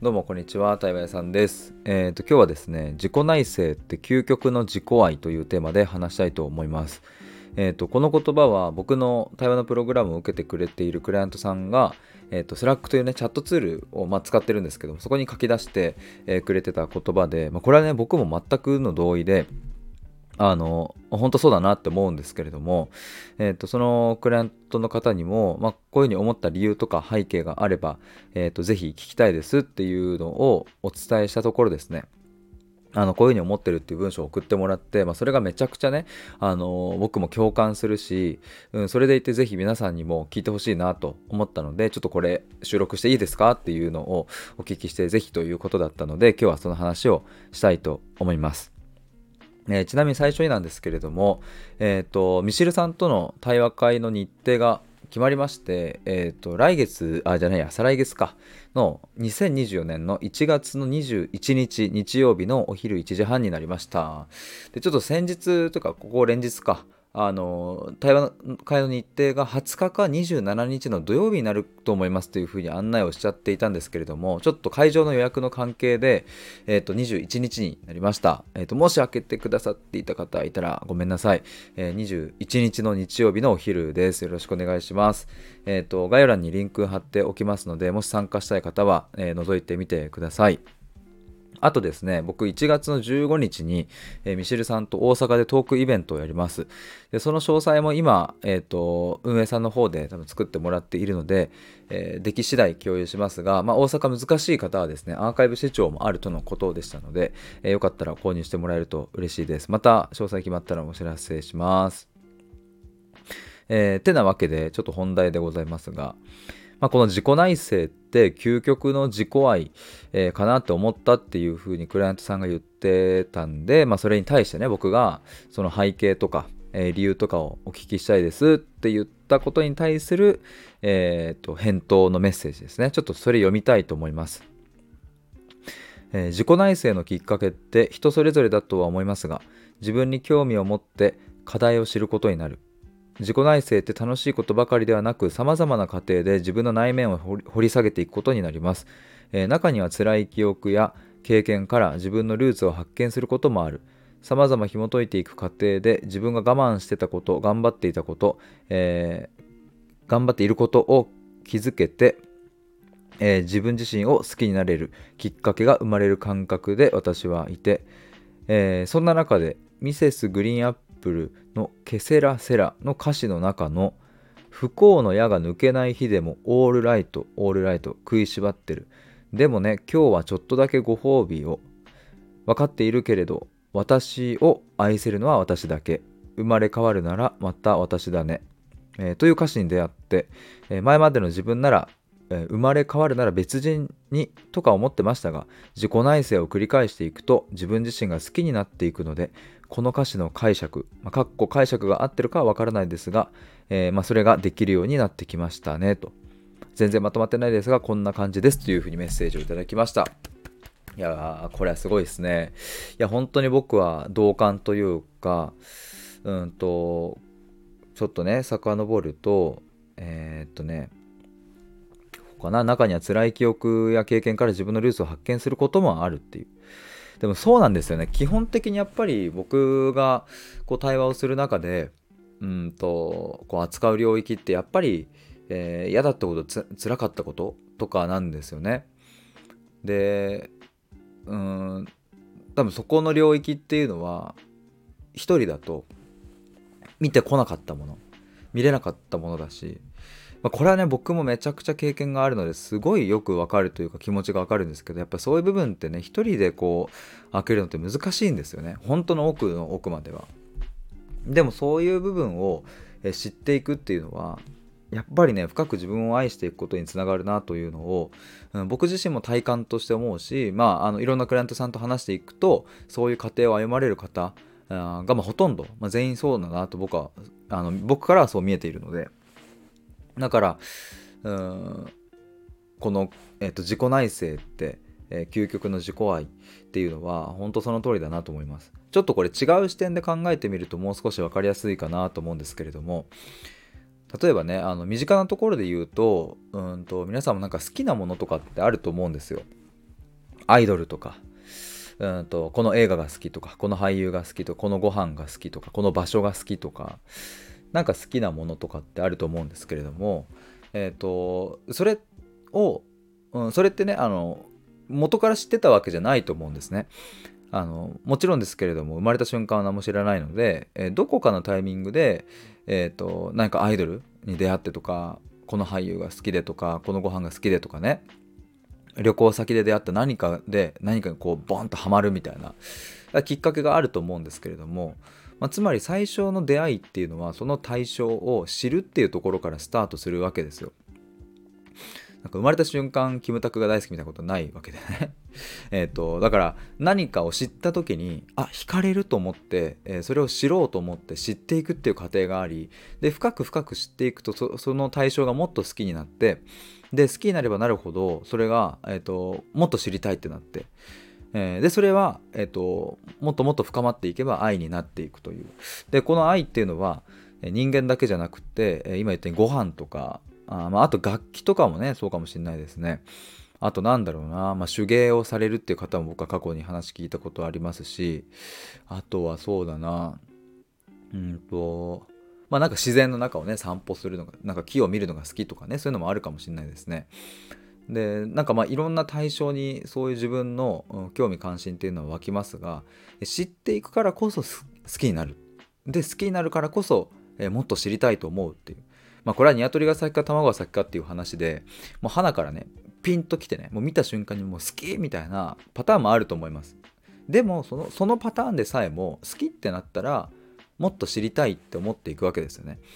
どうもこんにちは、対話屋さんです。今日はですね、自己内省って究極の自己愛というテーマで話したいと思います。この言葉は僕の対話のプログラムを受けてくれているクライアントさんが、スラックというねチャットツールを使ってるんですけども、そこに書き出して、くれてた言葉で、これはね僕も全くの同意で、本当そうだなって思うんですけれども、そのクライアントの方にも、こういうふうに思った理由とか背景があれば、ぜひ聞きたいですっていうのをお伝えしたところですね、こういうふうに思ってるっていう文章を送ってもらって、それがめちゃくちゃね、僕も共感するし、それでいてぜひ皆さんにも聞いてほしいなと思ったので、ちょっとこれ収録していいですかっていうのをお聞きして、ぜひということだったので、今日はその話をしたいと思います。ちなみに最初になんですけれども、ミシルさんとの対話会の日程が決まりまして、再来月かの2024年の1月の21日日曜日のお昼1時半になりました。で、ちょっと先日とかここ連日か、対話会の日程が20日か27日の土曜日になると思いますというふうに案内をしちゃっていたんですけれども、ちょっと会場の予約の関係で、21日になりました。もし開けてくださっていた方いたらごめんなさい。21日の日曜日のお昼です。よろしくお願いします。概要欄にリンク貼っておきますので、もし参加したい方は、覗いてみてください。あとですね、僕1月の15日に、ミシェルさんと大阪でトークイベントをやります。で、その詳細も今、運営さんの方で多分作ってもらっているので、でき次第共有しますが、大阪難しい方はですね、アーカイブ視聴もあるとのことでしたので、よかったら購入してもらえると嬉しいです。また詳細決まったらお知らせします。てなわけで、ちょっと本題でございますが、この自己内省って究極の自己愛、かなって思ったっていう風にクライアントさんが言ってたんで、それに対してね、僕がその背景とか、理由とかをお聞きしたいですって言ったことに対する、返答のメッセージですね。ちょっとそれ読みたいと思います。自己内省のきっかけって人それぞれだとは思いますが、自分に興味を持って課題を知ることになる。自己内省って楽しいことばかりではなく、様々な過程で自分の内面を掘り下げていくことになります。中には辛い記憶や経験から自分のルーツを発見することもある。様々紐解いていく過程で自分が我慢してたこと、頑張っていたこと、頑張っていることを気づけて、自分自身を好きになれるきっかけが生まれる感覚で私はいて、そんな中でミセスグリーンアップルのケセラセラの歌詞の中の不幸の矢が抜けない日でもオールライトオールライト食いしばってる。でもね、今日はちょっとだけご褒美を。分かっているけれど私を愛せるのは私だけ。生まれ変わるならまた私だね。という歌詞に出会って、前までの自分なら生まれ変わるなら別人にとか思ってましたが、自己内省を繰り返していくと自分自身が好きになっていくので、この歌詞の解釈、解釈が合ってるかはわからないですが、それができるようになってきましたねと。全然まとまってないですがこんな感じですというふうにメッセージをいただきました。いやー、これはすごいですね。いや、本当に僕は同感というか、ちょっとね遡ると、中には辛い記憶や経験から自分のルーツを発見することもあるっていう。でもそうなんですよね。基本的にやっぱり僕がこう対話をする中でこう扱う領域ってやっぱり、嫌だったこと、辛かったこととかなんですよね。で、多分そこの領域っていうのは一人だと見てこなかったもの、見れなかったものだし、これはね僕もめちゃくちゃ経験があるのですごいよくわかるというか気持ちがわかるんですけど、やっぱそういう部分ってね一人でこう開けるのって難しいんですよね、本当の奥の奥までは。でもそういう部分を知っていくっていうのはやっぱりね深く自分を愛していくことにつながるなというのを、僕自身も体感として思うし、いろんなクライアントさんと話していくとそういう過程を歩まれる方がほとんど、全員そうだなと僕からはそう見えているので、だからこの、自己内省って、究極の自己愛っていうのは本当その通りだなと思います。ちょっとこれ違う視点で考えてみるともう少し分かりやすいかなと思うんですけれども、例えばね身近なところで言うと皆さんもなんか好きなものとかってあると思うんですよ。 アイドルとかこの映画が好きとか、この俳優が好きとか、このご飯が好きとか、この場所が好きとか、なんか好きなものとかってあると思うんですけれども、それを、それってね元から知ってたわけじゃないと思うんですね。もちろんですけれども、生まれた瞬間は何も知らないので、どこかのタイミングで、何かアイドルに出会ってとか、この俳優が好きでとか、このご飯が好きでとかね、旅行先で出会った何かにこうボンとハマるみたいなきっかけがあると思うんですけれども、つまり最初の出会いっていうのはその対象を知るっていうところからスタートするわけですよ。なんか生まれた瞬間キムタクが大好きみたいなことないわけでねだから何かを知った時に惹かれると思って、それを知ろうと思って知っていくっていう過程があり、で深く深く知っていくとその対象がもっと好きになって、で好きになればなるほどそれが、もっと知りたいってなって、でそれは、もっともっと深まっていけば愛になっていくという。でこの愛っていうのは人間だけじゃなくて、今言ったようにご飯とかあと楽器とかもねそうかもしれないですね。あとなんだろうな、手芸をされるっていう方も僕は過去に話聞いたことありますし、あとはそうだな、なんか自然の中をね散歩するのが、なんか木を見るのが好きとかね、そういうのもあるかもしれないですね。でなんかいろんな対象にそういう自分の、興味関心っていうのは湧きますが、知っていくからこそ好きになる。で好きになるからこそ、もっと知りたいと思うっていう。これは鶏が先か卵が先かっていう話で、もう花からねピンときてね、もう見た瞬間にもう好きみたいなパターンもあると思います。でもそのパターンでさえも好きってなったらもっと知りたいって思っていくわけですよね。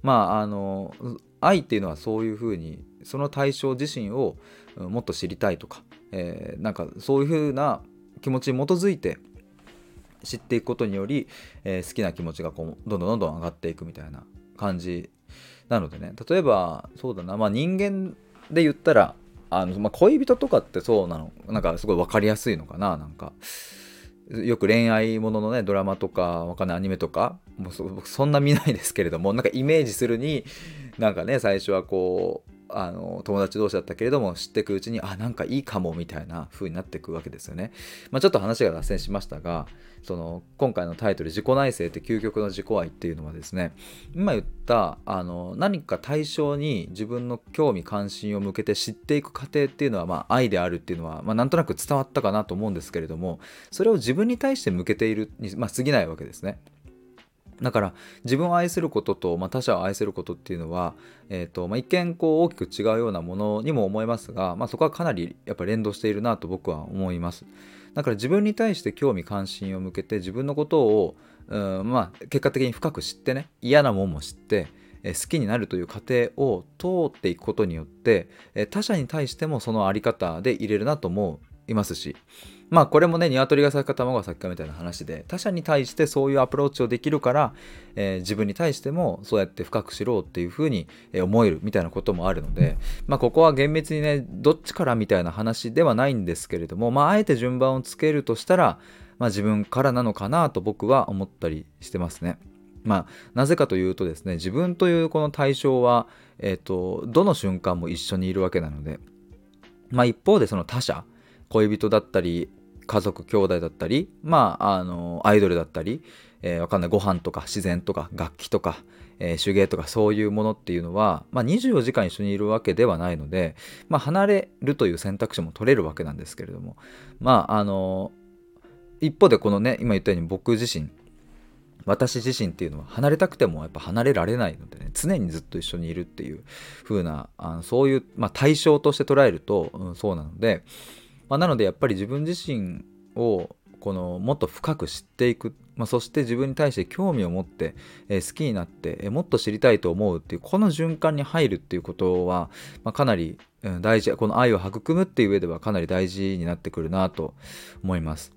愛っていうのはそういうふうにその対象自身をもっと知りたいとか、なんかそういうふうな気持ちに基づいて知っていくことにより、好きな気持ちがこうどんどん上がっていくみたいな感じなのでね。例えばそうだな、人間で言ったら恋人とかってそうなの、なんかすごい分かりやすいのかな。なんかよく恋愛もののねドラマとかわかんないアニメとかもう僕そんな見ないですけれども、なんかイメージするになんかね最初はこう友達同士だったけれども知っていくうちになんかいいかもみたいな風になっていくわけですよね。ちょっと話が脱線しましたが、今回のタイトル自己内省って究極の自己愛っていうのはですね、今言った何か対象に自分の興味関心を向けて知っていく過程っていうのは愛であるっていうのはなんとなく伝わったかなと思うんですけれども、それを自分に対して向けているに過ぎないわけですね。だから自分を愛することと、他者を愛することっていうのは、一見こう大きく違うようなものにも思えますが、そこはかなりやっぱ連動しているなと僕は思います。だから自分に対して興味関心を向けて自分のことを、結果的に深く知ってね、嫌なもんも知って、好きになるという過程を通っていくことによって、他者に対してもそのあり方で入れるなと思いますし、これもね鶏が先か卵が先かみたいな話で、他者に対してそういうアプローチをできるから、自分に対してもそうやって深く知ろうっていうふうに思えるみたいなこともあるので、ここは厳密にねどっちからみたいな話ではないんですけれども、あえて順番をつけるとしたら、自分からなのかなと僕は思ったりしてますね。なぜかというとですね、自分というこの対象は、どの瞬間も一緒にいるわけなので、一方でその他者、恋人だったり家族兄弟だったり、アイドルだったり、わかんないご飯とか自然とか楽器とか、手芸とかそういうものっていうのは、24時間一緒にいるわけではないので、離れるという選択肢も取れるわけなんですけれども、一方でこのね今言ったように私自身っていうのは離れたくてもやっぱ離れられないのでね、常にずっと一緒にいるっていう風なそういう、対象として捉えると、そうなので、なのでやっぱり自分自身をもっと深く知っていく、そして自分に対して興味を持って、好きになって、もっと知りたいと思うっていうこの循環に入るっていうことは、かなり、大事、この愛を育むっていう上ではかなり大事になってくるなと思います。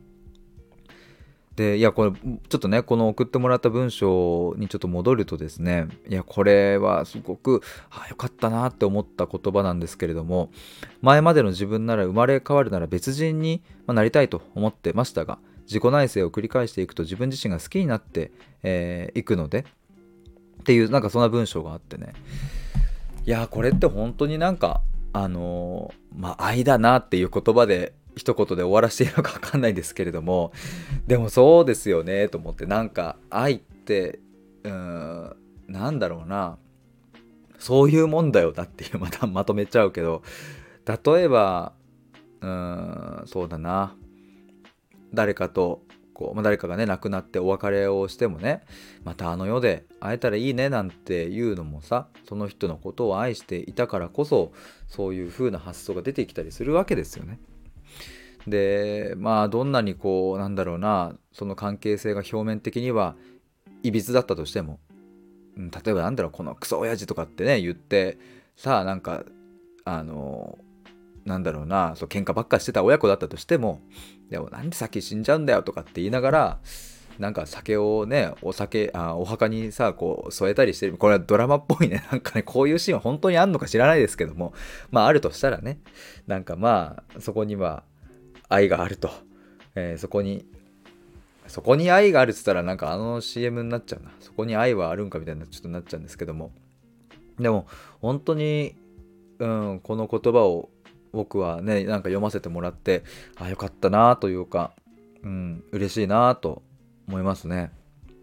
でこれちょっとねこの送ってもらった文章にちょっと戻るとですね、これはすごく良かったなって思った言葉なんですけれども、前までの自分なら生まれ変わるなら別人になりたいと思ってましたが、自己内省を繰り返していくと自分自身が好きになって、いくのでっていうなんかそんな文章があってね、これって本当になんか愛だなっていう言葉で一言で終わらせていいのか分かんないですけれども、でもそうですよねと思って、なんか愛ってなんだろうな、そういうもんだよなっていう、またまとめちゃうけど、例えばそうだな、誰かと誰かがね亡くなってお別れをしてもね、またあの世で会えたらいいねなんていうのもさ、その人のことを愛していたからこそそういう風な発想が出てきたりするわけですよね。でどんなになんだろうな、その関係性が表面的にはいびつだったとしても、例えばなんだろう、このクソ親父とかってね言ってさあ、なんかなんだろうな、そう喧嘩ばっかしてた親子だったとしても、でもなんで先死んじゃうんだよとかって言いながら、なんか酒をね、お墓にさ添えたりしてる、これはドラマっぽいね、なんかね、こういうシーンは本当にあんのか知らないですけども、あるとしたらね、なんかそこには愛があると、そこに愛があるっつったらなんかCM になっちゃうな、そこに愛はあるんかみたいなちょっとなっちゃうんですけども、でも本当に、この言葉を僕はねなんか読ませてもらって、よかったなというか、嬉しいなと思いますね。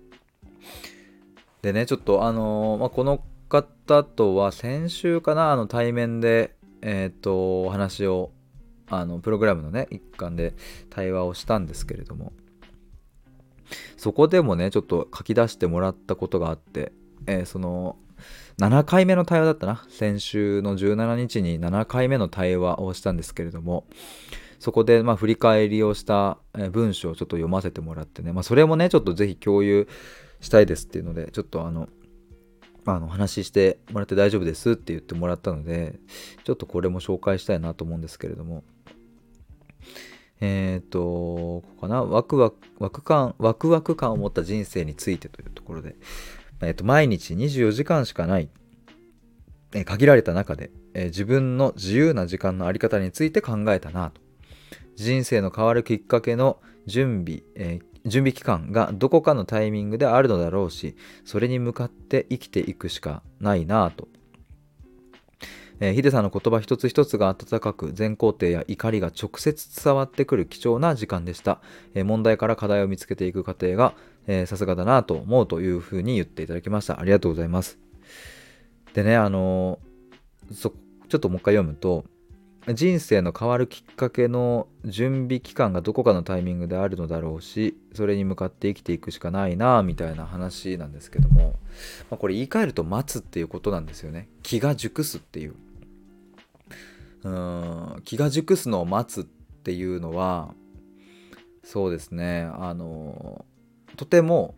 でね、ちょっとこの方とは先週かな、対面でお話をプログラムのね一環で対話をしたんですけれども、そこでもねちょっと書き出してもらったことがあって、その7回目の対話だったな、先週の17日に7回目の対話をしたんですけれども、そこで振り返りをした文章をちょっと読ませてもらってね、それもねちょっとぜひ共有したいですっていうので、ちょっと話してもらって大丈夫ですって言ってもらったので、ちょっとこれも紹介したいなと思うんですけれども、ここかな、ワクワク感を持った人生についてというところで、毎日24時間しかない、限られた中で、自分の自由な時間のあり方について考えたなと。人生の変わるきっかけの準備期間がどこかのタイミングであるのだろうし、それに向かって生きていくしかないなと。ヒデさんの言葉一つ一つが温かく、全肯定や怒りが直接伝わってくる貴重な時間でした。問題から課題を見つけていく過程が、さすがだなと思うというふうに言っていただきました。ありがとうございます。でね、ちょっともう一回読むと、人生の変わるきっかけの準備期間がどこかのタイミングであるのだろうし、それに向かって生きていくしかないなみたいな話なんですけども、これ言い換えると待つっていうことなんですよね。気が熟すっていう。気が熟すのを待つっていうのは、そうですね、とても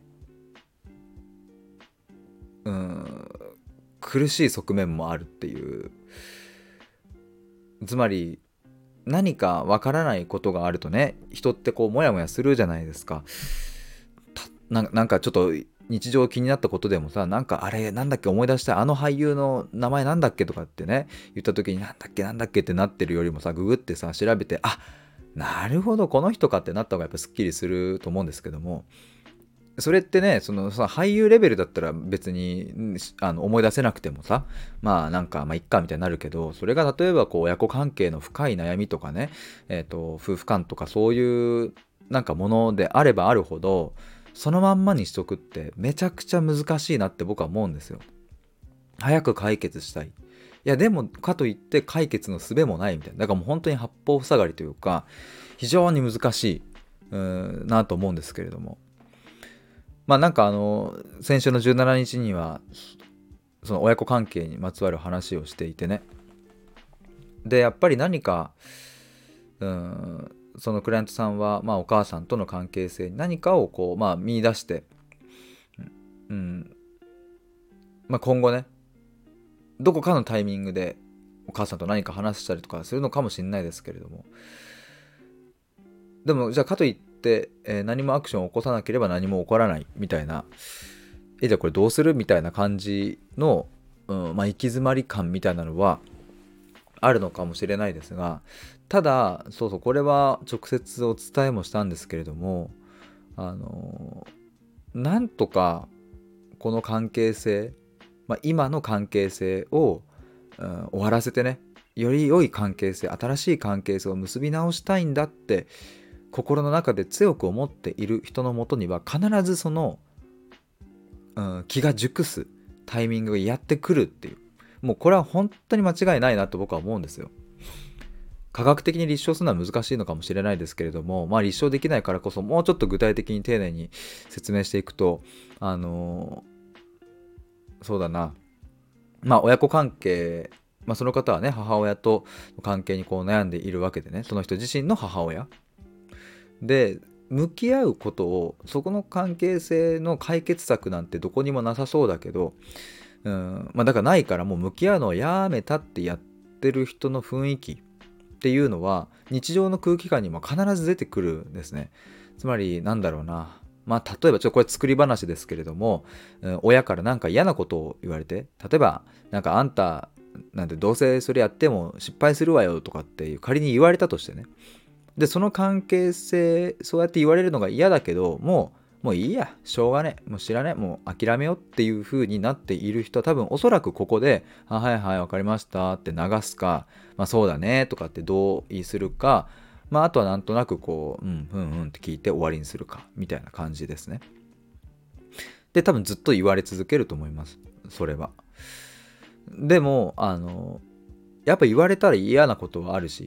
苦しい側面もあるっていう。つまり何かわからないことがあるとね、人ってモヤモヤするじゃないですか。なんかちょっと日常気になったことでもさ、なんかあれなんだっけ、思い出した、あの俳優の名前なんだっけとかってね言った時に、なんだっけってなってるよりもさ、ググってさ調べて、なるほどこの人かってなった方がやっぱすっきりすると思うんですけども、それってね、そのさ俳優レベルだったら別に思い出せなくてもさ、なんかいっかみたいになるけど、それが例えば親子関係の深い悩みとかね、夫婦間とかそういうなんかものであればあるほど、そのまんまにしとくってめちゃくちゃ難しいなって僕は思うんですよ。早く解決したい。いやでもかといって解決の術もないみたいな。だからもう本当に八方塞がりというか、非常に難しいなと思うんですけれども。なんか先週の17日にはその親子関係にまつわる話をしていてね。でやっぱり何かそのクライアントさんは、お母さんとの関係性に何かを見出して、今後ねどこかのタイミングでお母さんと何か話したりとかするのかもしれないですけれども、でもじゃあかといって、何もアクションを起こさなければ何も起こらないみたいな、じゃあこれどうするみたいな感じの、行き詰まり感みたいなのはあるのかもしれないですが、ただこれは直接お伝えもしたんですけれども、なんとかこの関係性、今の関係性を、終わらせてね、 より良い関係性、新しい関係性を結び直したいんだって心の中で強く思っている人のもとには、必ずその、気が熟すタイミングがやってくるっていう、もうこれは本当に間違いないなと僕は思うんですよ。科学的に立証するのは難しいのかもしれないですけれども、立証できないからこそもうちょっと具体的に丁寧に説明していくと、そうだな、親子関係、その方はね、母親との関係にこう悩んでいるわけでね、その人自身の母親で向き合うことを、そこの関係性の解決策なんてどこにもなさそうだけど、だからないから、もう向き合うのをやめたってやってる人の雰囲気っていうのは日常の空気感にも必ず出てくるんですね。つまりなんだろうな、例えばこれ作り話ですけれども、親からなんか嫌なことを言われて、例えばなんかあんたなんてどうせそれやっても失敗するわよとかっていう仮に言われたとしてね、でその関係性、そうやって言われるのが嫌だけど、もういいや、しょうがねえ、もう知らねえ、もう諦めようっていう風になっている人は多分おそらくここではいはいわかりましたって流すか、そうだねとかって同意するか、あとはなんとなくこううんって聞いて終わりにするかみたいな感じですね。で多分ずっと言われ続けると思います、それは。でもやっぱ言われたら嫌なことはあるし、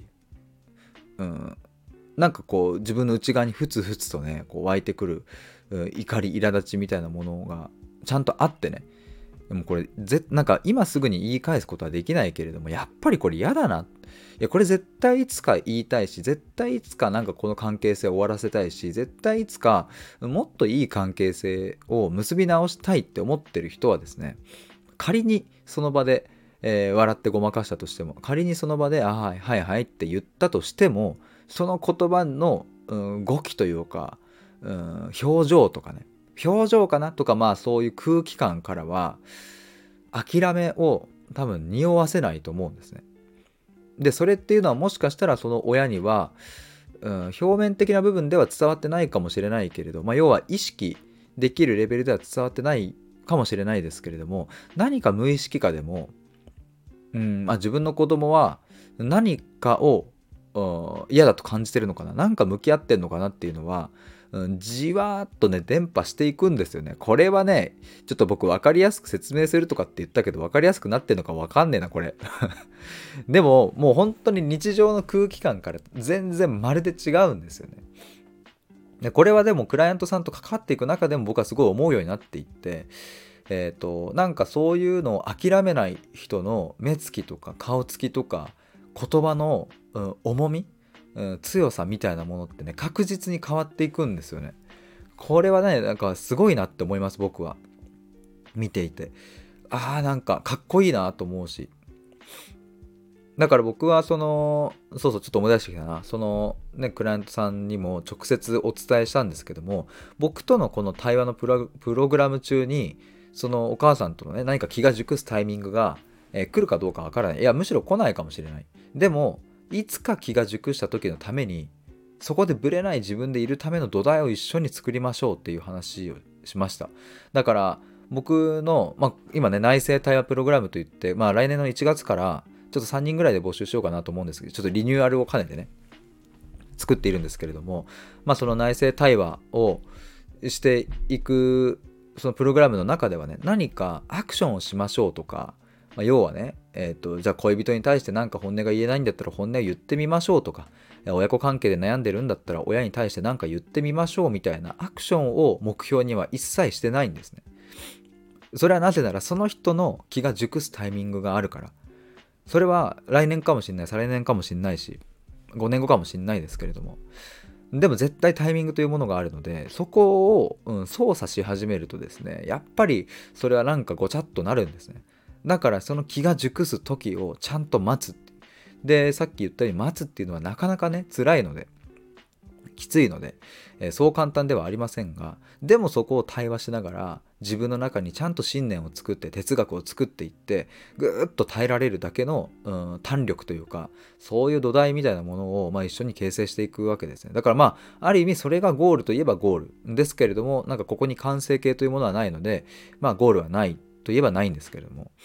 なんかこう自分の内側にふつふつとねこう湧いてくる、怒り苛立ちみたいなものがちゃんとあってね、でもこれなんか今すぐに言い返すことはできないけれども、やっぱりこれ嫌だな、いやこれ絶対いつか言いたいし、絶対いつかなんかこの関係性を終わらせたいし、絶対いつかもっといい関係性を結び直したいって思ってる人はですね、仮にその場で、笑ってごまかしたとしても、仮にその場ではいはいはいって言ったとしても、その言葉の、語気というか、表情とかね、表情かなとか、そういう空気感からは諦めを多分匂わせないと思うんですね。でそれっていうのはもしかしたらその親には、表面的な部分では伝わってないかもしれないけれど、要は意識できるレベルでは伝わってないかもしれないですけれども、何か無意識下でも、自分の子供は何かを嫌だと感じてるのかな、なんか向き合ってんのかなっていうのは、じわーっとね伝播していくんですよね。これはねちょっと僕分かりやすく説明するとかって言ったけど、分かりやすくなってんのか分かんねえなこれでももう本当に日常の空気感から全然まるで違うんですよね。でこれはでもクライアントさんと関わっていく中でも僕はすごい思うようになっていって、なんかそういうのを諦めない人の目つきとか顔つきとか言葉の、重み、強さみたいなものってね確実に変わっていくんですよね。これはねなんかすごいなって思います、僕は見ていて。なんかかっこいいなと思うし、だから僕はそうちょっと思い出してきたな、クライアントさんにも直接お伝えしたんですけども、僕とのこの対話のプログラム中にそのお母さんとのね何か気が熟すタイミングが、来るかどうかわからない、いやむしろ来ないかもしれない。でもいつか気が熟した時のために、そこでブレない自分でいるための土台を一緒に作りましょうっていう話をしました。だから僕の、今ね内製対話プログラムといって、来年の1月からちょっと3人ぐらいで募集しようかなと思うんですけど、ちょっとリニューアルを兼ねてね作っているんですけれども、その内政対話をしていくそのプログラムの中ではね、何かアクションをしましょうとか、要はね、じゃあ恋人に対して何か本音が言えないんだったら本音を言ってみましょうとか、親子関係で悩んでるんだったら親に対して何か言ってみましょうみたいなアクションを目標には一切してないんですね。それはなぜならその人の気が熟すタイミングがあるから。それは来年かもしれない、再来年かもしれないし、5年後かもしれないですけれども、でも絶対タイミングというものがあるので、そこを、操作し始めるとですね、やっぱりそれはなんかごちゃっとなるんですね。だからその気が熟す時をちゃんと待つ。でさっき言ったように待つっていうのはなかなかね辛いので、きついので、そう簡単ではありませんが、でもそこを対話しながら自分の中にちゃんと信念を作って哲学を作っていって、ぐーっと耐えられるだけの、胆力というか、そういう土台みたいなものを、一緒に形成していくわけですね。だからある意味それがゴールといえばゴールですけれども、なんかここに完成形というものはないので、ゴールはないといえばないんですけれども、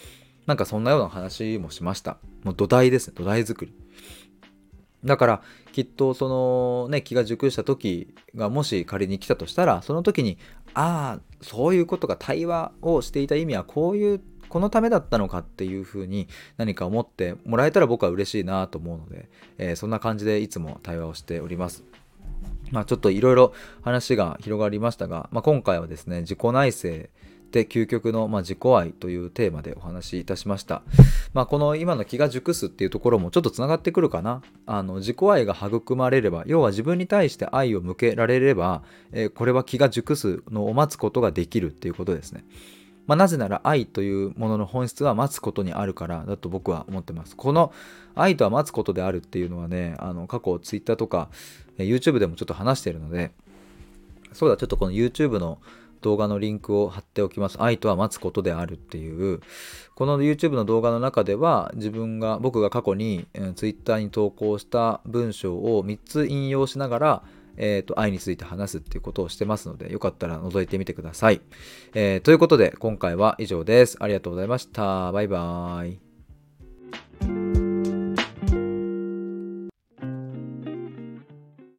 なんかそんなような話もしました。もう土台ですね、土台作り。だからきっとそのね、気が熟した時がもし仮に来たとしたら、その時にそういうことが、対話をしていた意味はこのためだったのかっていうふうに何か思ってもらえたら僕は嬉しいなと思うので、そんな感じでいつも対話をしております。ちょっといろいろ話が広がりましたが、今回はですね、自己内省で究極の、自己愛というテーマでお話しいたしました。この今の気が熟すっていうところもちょっとつながってくるかな。自己愛が育まれれば、要は自分に対して愛を向けられれば、これは気が熟すのを待つことができるっていうことですね。なぜなら愛というものの本質は待つことにあるからだと僕は思ってます。この愛とは待つことであるっていうのはね、過去ツイッターとか YouTube でもちょっと話しているので、そうだ、ちょっとこの YouTube の動画のリンクを貼っておきます。愛とは待つことであるっていう、この YouTube の動画の中では僕が過去にTwitter に投稿した文章を3つ引用しながら愛について話すっていうことをしてますので、よかったら覗いてみてください。ということで今回は以上です。ありがとうございました。バイバーイ。